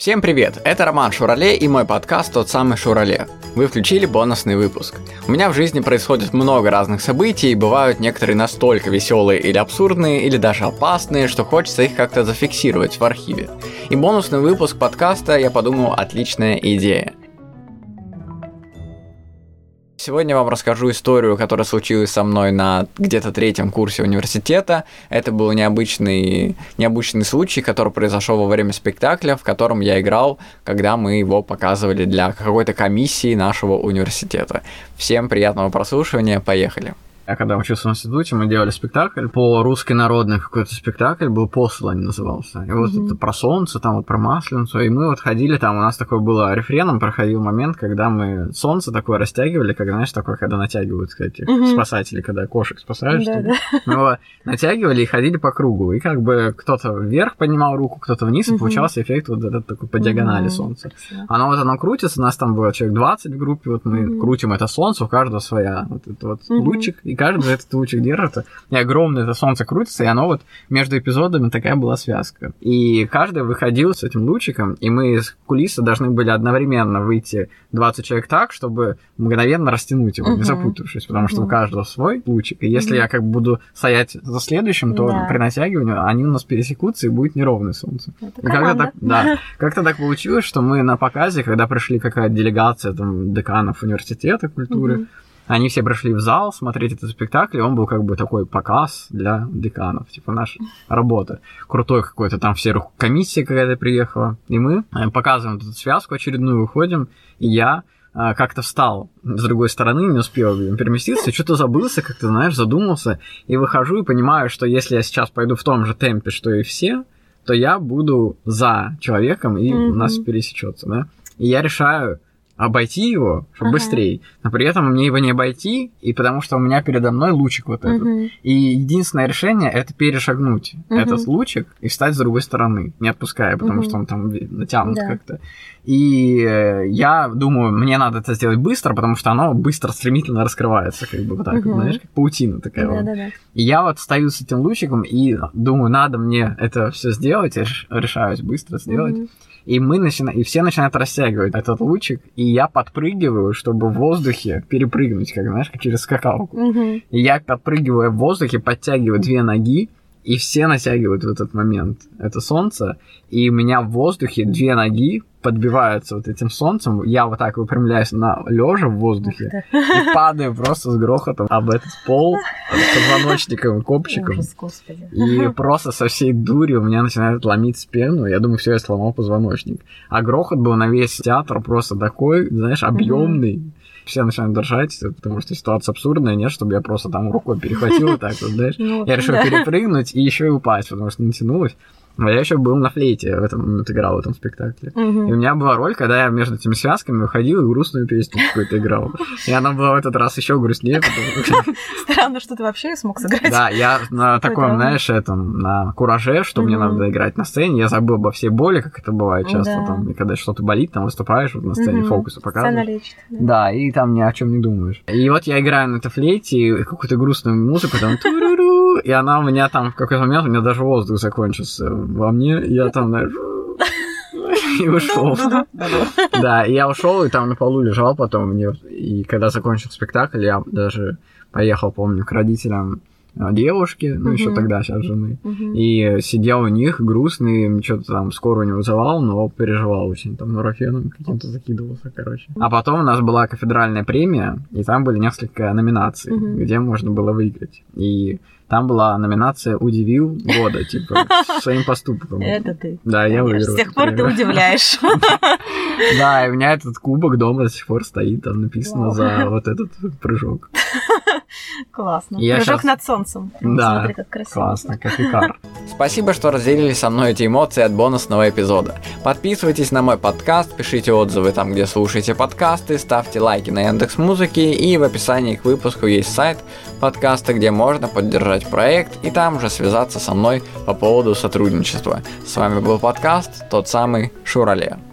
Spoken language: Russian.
Всем привет, это Роман Шурале и мой подкаст «Тот самый Шурале». Вы включили бонусный выпуск. У меня в жизни происходит много разных событий, и бывают некоторые настолько веселые или абсурдные, или даже опасные, что хочется их как-то зафиксировать в архиве. И бонусный выпуск подкаста, я подумал, отличная идея. Сегодня я вам расскажу историю, которая случилась со мной на где-то 3-м курсе университета. Это был необычный случай, который произошел во время спектакля, в котором я играл, когда мы его показывали для какой-то комиссии нашего университета. Всем приятного прослушивания, поехали! Я когда учился в институте, мы делали спектакль по русской народной, какой-то спектакль был, «Послань» назывался. И вот это про солнце, там вот про масленицу, и мы вот ходили, там у нас такое было рефреном, проходил момент, когда мы солнце такое растягивали, как, знаешь, такое, когда натягивают, кстати, спасатели, когда кошек спасают, мы его натягивали и ходили по кругу, и как бы кто-то вверх поднимал руку, кто-то вниз, и получался эффект вот этот такой по диагонали солнца. Оно крутится, нас там было человек 20 в группе, вот мы крутим это солнце, у каждого своя вот этот вот лучик, и каждый этот лучик держит, и огромное это солнце крутится, и оно вот между эпизодами такая была связка. И каждый выходил с этим лучиком, и мы из кулисы должны были одновременно выйти 20 человек так, чтобы мгновенно растянуть его, не запутавшись, потому что у каждого свой лучик, и если я как бы буду стоять за следующим, то при натягивании они у нас пересекутся, и будет неровное солнце. И как-то так получилось, что мы на показе, когда пришли какая-то делегация там деканов университета культуры, они все пришли в зал смотреть этот спектакль, и он был как бы такой показ для деканов, типа наша работа. Крутой какой-то, там все комиссия какая-то приехала, и мы показываем эту связку очередную, выходим, и я как-то встал с другой стороны, не успел переместиться, и что-то забылся, как-то, знаешь, задумался, и выхожу и понимаю, что если я сейчас пойду в том же темпе, что и все, то я буду за человеком, и у нас пересечется, да. И я решаю обойти его, чтобы быстрее, но при этом мне его не обойти, и потому что у меня передо мной лучик вот этот. И единственное решение — это перешагнуть этот лучик и встать с другой стороны, не отпуская, потому что он там натянут как-то. И я думаю, мне надо это сделать быстро, потому что оно быстро, стремительно раскрывается, как бы вот так, знаешь, как паутина такая вот. И я вот стою с этим лучиком и думаю, надо мне это все сделать, я решаюсь быстро сделать. И и все начинают растягивать этот лучик, и я подпрыгиваю, чтобы в воздухе перепрыгнуть, как, знаешь, как через скакалку. И я, подпрыгивая в воздухе, подтягиваю 2 ноги, и все натягивают в этот момент это солнце, и у меня в воздухе 2 ноги подбиваются вот этим солнцем, я вот так выпрямляюсь лежа в воздухе и падаю просто с грохотом об этот пол позвоночником и копчиком. И просто со всей дури у меня начинает ломить спину, я думаю, все, я сломал позвоночник. А грохот был на весь театр просто такой, знаешь, объемный. Все начинают дрожать, потому что ситуация абсурдная, нет, чтобы я просто там рукой перехватил и так вот, знаешь. Я решил перепрыгнуть и еще и упасть, потому что не тянулось. А я еще был на флейте играл в этом спектакле. И у меня была роль, когда я между этими связками выходил и грустную песню какую-то играл. И она была в этот раз еще грустнее. Странно, что ты вообще смог сыграть. Да, я на таком, знаешь, на кураже, что мне надо играть на сцене, я забыл обо всей боли, как это бывает часто. Там, и когда что-то болит, там выступаешь на сцене, фокусы показываешь. Да, и там ни о чем не думаешь. И вот я играю на этой флейте, и какую-то грустную музыку, там и она у меня там в какой-то момент, у меня даже воздух закончился во мне, я там, знаешь, и ушел. Да, и я ушел, и там на полу лежал потом мне. И когда закончил спектакль, я даже поехал, помню, к родителям девушки, ну, еще тогда, сейчас жены, и сидел у них грустный, что-то там скорую не вызывал, но переживал очень, там, нурофеном каким-то закидывался, короче. А потом у нас была кафедральная премия, и там были несколько номинаций, где можно было выиграть. И там была номинация «Удивил года», типа, своим поступком. Это ты. Да, я выиграл. С тех пор ты удивляешь. Да, и у меня этот кубок дома до сих пор стоит, там написано за вот этот прыжок. Классно. Прыжок над солнцем. Да, смотри, как красиво. Классно, как Икар. Спасибо, что разделили со мной эти эмоции от бонусного эпизода. Подписывайтесь на мой подкаст, пишите отзывы там, где слушаете подкасты, ставьте лайки на Яндекс.Музыке, и в описании к выпуску есть сайт подкаста, где можно поддержать проект и там же связаться со мной по поводу сотрудничества. С вами был подкаст «Тот самый Шурале».